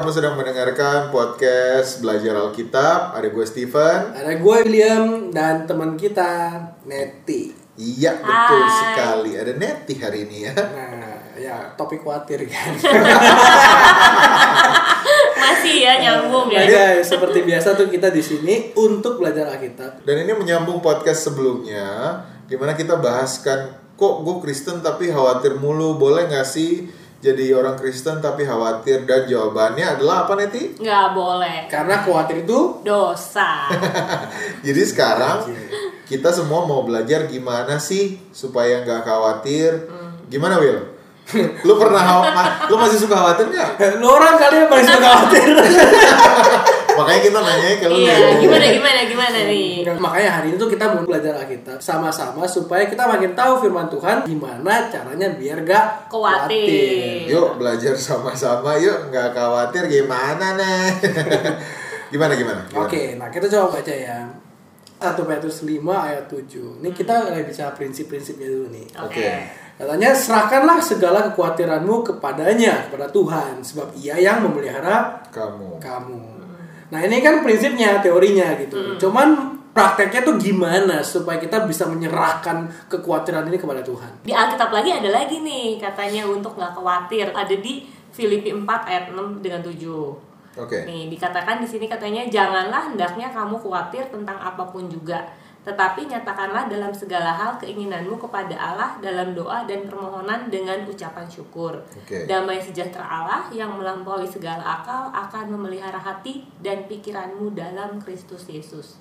kamu sedang mendengarkan podcast Belajar Alkitab. Ada gue Steven, ada gue William, dan teman kita Neti. Iya, betul sekali. Ada Neti hari ini ya. Nah, ya topik khawatir kan. Masih ya nyambung ya. Guys, seperti biasa tuh kita di sini untuk belajar Alkitab. Dan ini menyambung podcast sebelumnya, dimana kita bahaskan kok gue Kristen tapi khawatir mulu. Boleh gak sih jadi orang Kristen tapi khawatir? Dan jawabannya adalah apa, Neti? Nggak boleh. Karena khawatir itu dosa. Jadi sekarang kita semua mau belajar gimana sih supaya nggak khawatir. Gimana, Will? Lu lu masih suka khawatir nggak? lu orang kali yang paling suka khawatir. Makanya kita nanya ke lu. Iya, gimana nih? Makanya hari ini tuh kita mau belajar Alkitab sama-sama supaya kita makin tahu firman Tuhan gimana caranya biar gak khawatir. Yuk belajar sama-sama, yuk nggak khawatir gimana nih? Gimana? Oke, nah kita coba baca ya. 1 Petrus 5 ayat 7. Ini kita lagi bicara prinsip-prinsipnya dulu nih. Oke. Katanya, serahkanlah segala kekhawatiranmu kepadanya, kepada Tuhan, sebab Ia yang memelihara kamu. Nah, ini kan prinsipnya, teorinya gitu. Cuman prakteknya tuh gimana supaya kita bisa menyerahkan kekhawatiran ini kepada Tuhan? Di Alkitab lagi ada lagi nih katanya untuk nggak khawatir. Ada di Filipi 4 ayat 6 dengan 7. Oke. Nih dikatakan di sini katanya, janganlah hendaknya kamu khawatir tentang apapun juga, tetapi nyatakanlah dalam segala hal keinginanmu kepada Allah dalam doa dan permohonan dengan ucapan syukur. Damai sejahtera Allah yang melampaui segala akal akan memelihara hati dan pikiranmu dalam Kristus Yesus.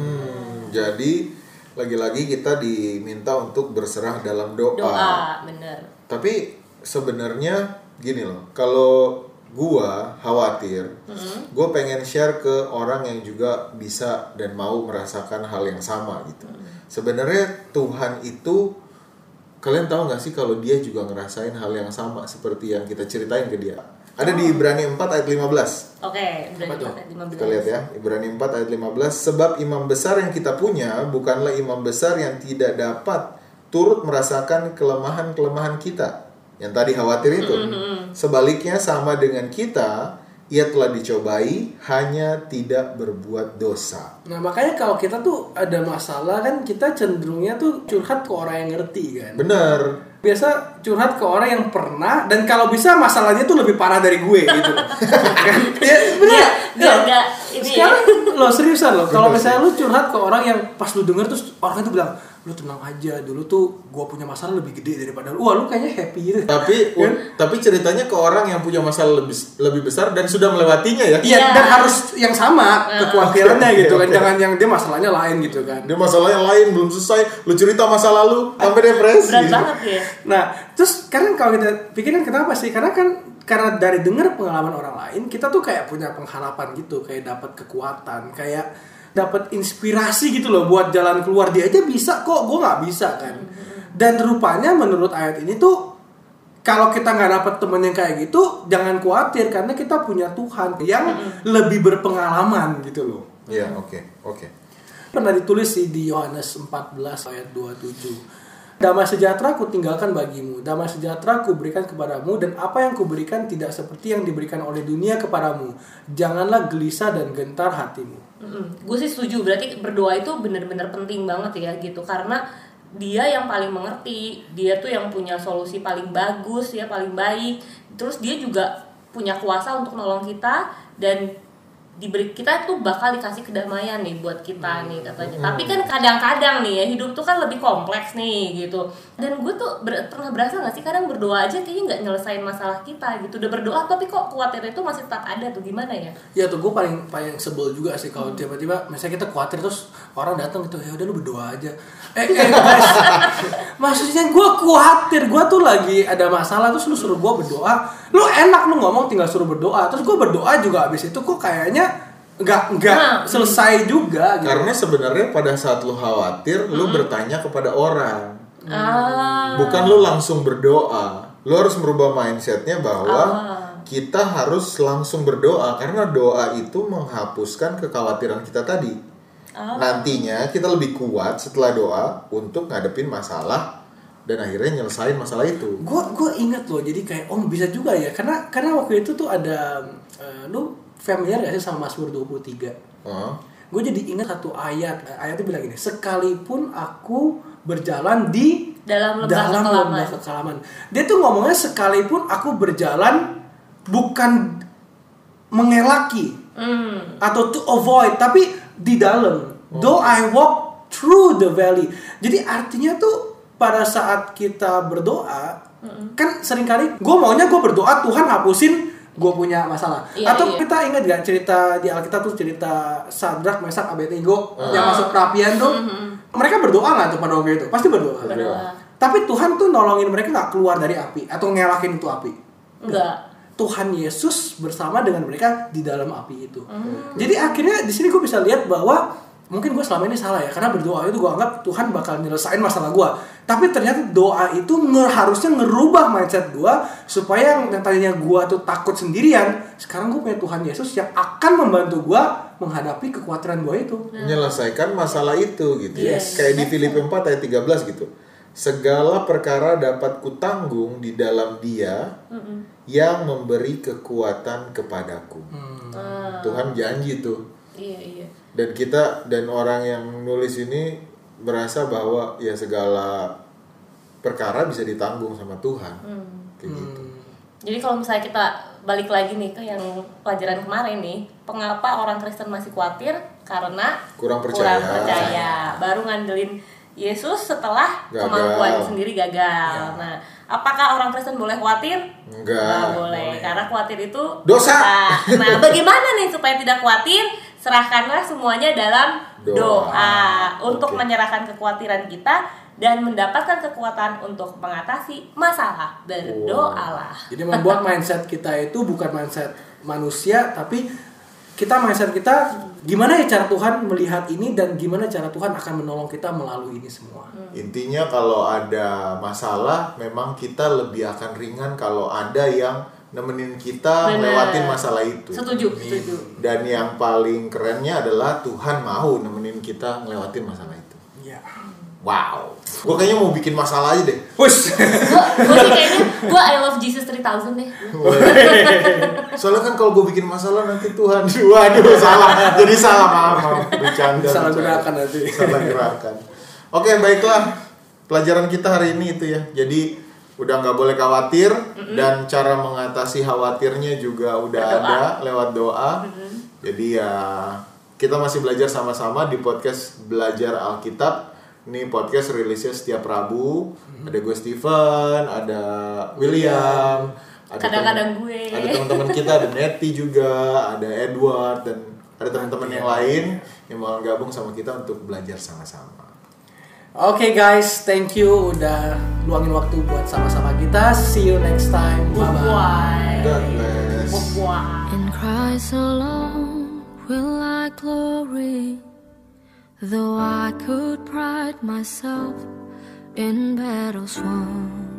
Jadi lagi-lagi kita diminta untuk berserah dalam doa. Doa, bener. Tapi sebenarnya gini loh, kalau gua khawatir, gua pengen share ke orang yang juga bisa dan mau merasakan hal yang sama gitu. Sebenarnya Tuhan itu, kalian tahu nggak sih kalau Dia juga ngerasain hal yang sama seperti yang kita ceritain ke Dia. Ada di Ibrani 4 ayat 15. Oke, Ibrani 4 ayat 15. Kita lihat ya, Ibrani 4 ayat 15. Sebab imam besar yang kita punya bukanlah imam besar yang tidak dapat turut merasakan kelemahan-kelemahan kita, yang tadi khawatir itu. Sebaliknya sama dengan kita, Ia telah dicobai, hanya tidak berbuat dosa. Nah, makanya kalau kita tuh ada masalah kan, kita cenderungnya tuh curhat ke orang yang ngerti kan. Bener. Biasa curhat ke orang yang pernah, dan kalau bisa masalahnya tuh lebih parah dari gue gitu. Kan? Ya, bener. Enggak, ini sekarang lo seriusan lo, kalau misalnya lu curhat ke orang yang pas lu denger terus orang itu bilang, lu tenang aja, dulu tuh gue punya masalah lebih gede daripada lu. Wah, lu kayaknya happy gitu. Tapi ceritanya ke orang yang punya masalah lebih besar dan sudah melewatinya ya. Iya, dan harus yang sama kekhawatirannya gitu kan. Jangan yang dia masalahnya lain gitu kan. Dia masalahnya lain belum selesai, lu cerita masa lalu sampai depresi. berat banget ya. Nah, terus karena kalau kita pikirin kenapa sih? Karena dari dengar pengalaman orang lain, kita tuh kayak punya pengharapan gitu, kayak dapat kekuatan, kayak dapat inspirasi gitu loh buat jalan keluar. Dia aja bisa kok, gue nggak bisa kan. Dan rupanya menurut ayat ini tuh, kalau kita nggak dapat temen yang kayak gitu, jangan khawatir karena kita punya Tuhan yang lebih berpengalaman gitu loh. Iya, oke. Pernah ditulis sih di Yohanes 14 ayat 27. Damai sejahtera ku tinggalkan bagimu, damai sejahtera ku berikan kepadamu, dan apa yang ku berikan tidak seperti yang diberikan oleh dunia kepadamu. Janganlah gelisah dan gentar hatimu. Gue sih setuju, berarti berdoa itu benar-benar penting banget ya gitu, karena Dia yang paling mengerti, Dia tuh yang punya solusi paling bagus ya, paling baik. Terus Dia juga punya kuasa untuk nolong kita, dan kita tuh bakal dikasih kedamaian nih buat kita nih katanya. Tapi kan kadang-kadang nih ya, hidup tuh kan lebih kompleks nih gitu. Dan gue tuh pernah berasa gak sih kadang berdoa aja kayaknya gak nyelesain masalah kita gitu. Udah berdoa tapi kok khawatir itu masih tetap ada tuh, gimana ya? Ya tuh gue paling sebel juga sih kalau tiba-tiba misalnya kita khawatir terus orang datang gitu, ya udah lu berdoa aja. Guys, maksudnya gue khawatir, gue tuh lagi ada masalah terus lu suruh gue berdoa. Lu enak lu ngomong tinggal suruh berdoa, terus gue berdoa juga abis itu kok kayaknya nggak selesai juga gitu. Karena sebenarnya pada saat lu khawatir, lu bertanya kepada orang. Bukan lu langsung berdoa. Lu harus merubah mindsetnya bahwa kita harus langsung berdoa, karena doa itu menghapuskan kekhawatiran kita tadi. Nantinya kita lebih kuat setelah doa untuk ngadepin masalah dan akhirnya nyelesain masalah itu. Gue ingat loh, jadi kayak bisa juga ya, karena waktu itu tuh ada lu familiar gak sih sama Mazmur 23? Gue jadi ingat satu ayatnya bilang gini, sekalipun aku berjalan di dalam lembah kekelaman. Dia tuh ngomongnya sekalipun aku berjalan bukan mengelaki atau to avoid, tapi di dalam. Though I walk through the valley. Jadi artinya tuh pada saat kita berdoa, kan seringkali gue maunya gue berdoa Tuhan hapusin gue punya masalah. Atau kita ingat gak cerita di Alkitab tuh, cerita Sadrak, Mesak, Abednego yang masuk perapian tuh. Mereka berdoa gak tuh pada waktu itu? Pasti berdoa. Tapi Tuhan tuh nolongin mereka gak keluar dari api atau ngelakin itu api. Enggak. Tuhan Yesus bersama dengan mereka di dalam api itu. Jadi akhirnya di sini gue bisa lihat bahwa mungkin gue selama ini salah ya, karena berdoa itu gue anggap Tuhan bakal nyelesain masalah gue. Tapi ternyata doa itu harusnya ngerubah mindset gue, supaya yang tadinya gue tuh takut sendirian, sekarang gue punya Tuhan Yesus yang akan membantu gue menghadapi kekhawatiran gue itu. Menyelesaikan masalah itu gitu ya. Kayak di Filipi 4 ayat 13 gitu. Segala perkara dapat kutanggung di dalam Dia yang memberi kekuatan kepadaku. Tuhan janji tuh. Iya. Dan orang yang nulis ini merasa bahwa ya segala perkara bisa ditanggung sama Tuhan. Kayak gitu. Jadi kalau misalnya kita balik lagi nih ke yang pelajaran kemarin nih, mengapa orang Kristen masih khawatir? Karena kurang percaya. Baru ngandelin Yesus setelah kemampuan sendiri gagal. Nah, apakah orang Kristen boleh khawatir? Enggak boleh. Karena khawatir itu dosa. Nah, bagaimana nih supaya tidak khawatir? Serahkanlah semuanya dalam doa. Untuk menyerahkan kekhawatiran kita dan mendapatkan kekuatan untuk mengatasi masalah. Berdoalah. Jadi membuat mindset kita itu bukan mindset manusia, tapi mindset kita gimana ya cara Tuhan melihat ini dan gimana cara Tuhan akan menolong kita melalui ini semua. Intinya kalau ada masalah memang kita lebih akan ringan kalau ada yang nemenin kita ngelewatin masalah itu. Setuju. Dan yang paling kerennya adalah Tuhan mau nemenin kita ngelewatin masalah itu. Iya. Wow. Gue kayaknya mau bikin masalah aja deh. Gue sih kayaknya I love Jesus 3000 deh. Soalnya kan kalau gue bikin masalah nanti Tuhan, waduh salah. Jadi salah, maaf. Bercanda. Salah gerakan nanti. Salah gerakan. Oke, baiklah. Pelajaran kita hari ini itu ya. Jadi udah nggak boleh khawatir dan cara mengatasi khawatirnya juga udah ada lewat doa. Jadi ya kita masih belajar sama-sama di podcast Belajar Alkitab. Ini podcast rilisnya setiap Rabu. Ada gue Steven, ada William, kadang-kadang gue. Ada teman-teman kita, ada Nettie juga, ada Edward dan ada teman-teman yang lain yang mau gabung sama kita untuk belajar sama-sama. Oke guys, thank you udah luangin waktu buat sama-sama kita. See you next time. Bye-bye. God bless. In Christ alone will I glory, though I could pride myself in battles won.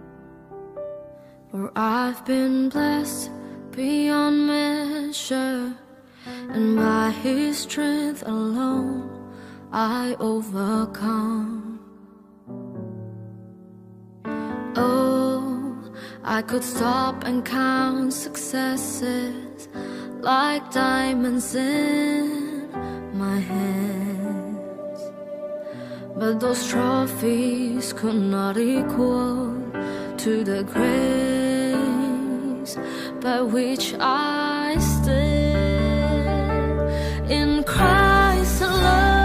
For I've been blessed beyond measure, and by His strength alone I overcome. Oh, I could stop and count successes like diamonds in my hands, but those trophies could not equal to the grace by which I stand. In Christ alone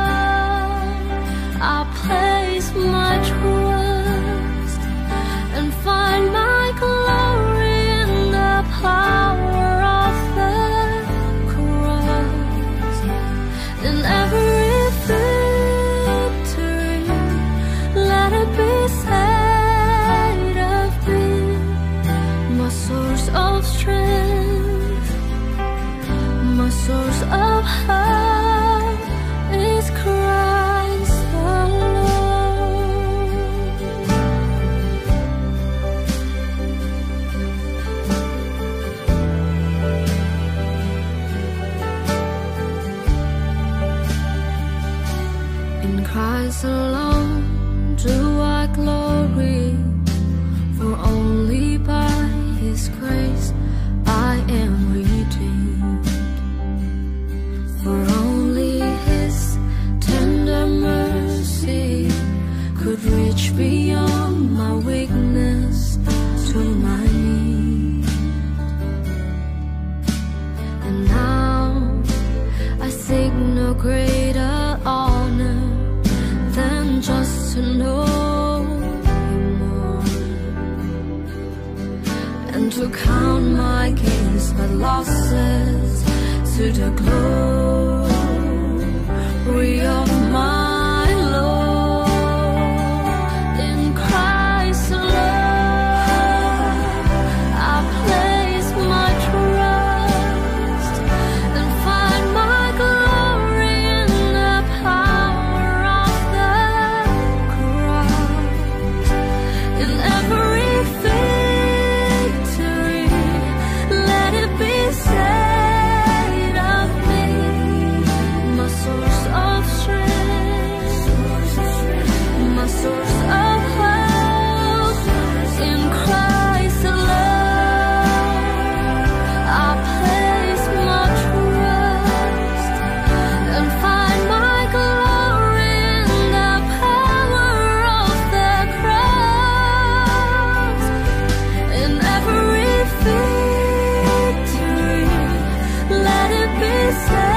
I place my trust and find my glory in the power of the cross. In every victory, let it be said of me, my source of strength, my source of hope is Christ alone. In Christ alone do I glory. greater honor than just to know you more, and to count my gains, my losses, to the glory of my Lord. In Christ alone I place my trust and find my glory in the power of the cross. In every victory, let it be said of me, my source of strength, my source of hope. In Christ alone I place my trust and find my glory in the power of the cross. In every victory, let it be said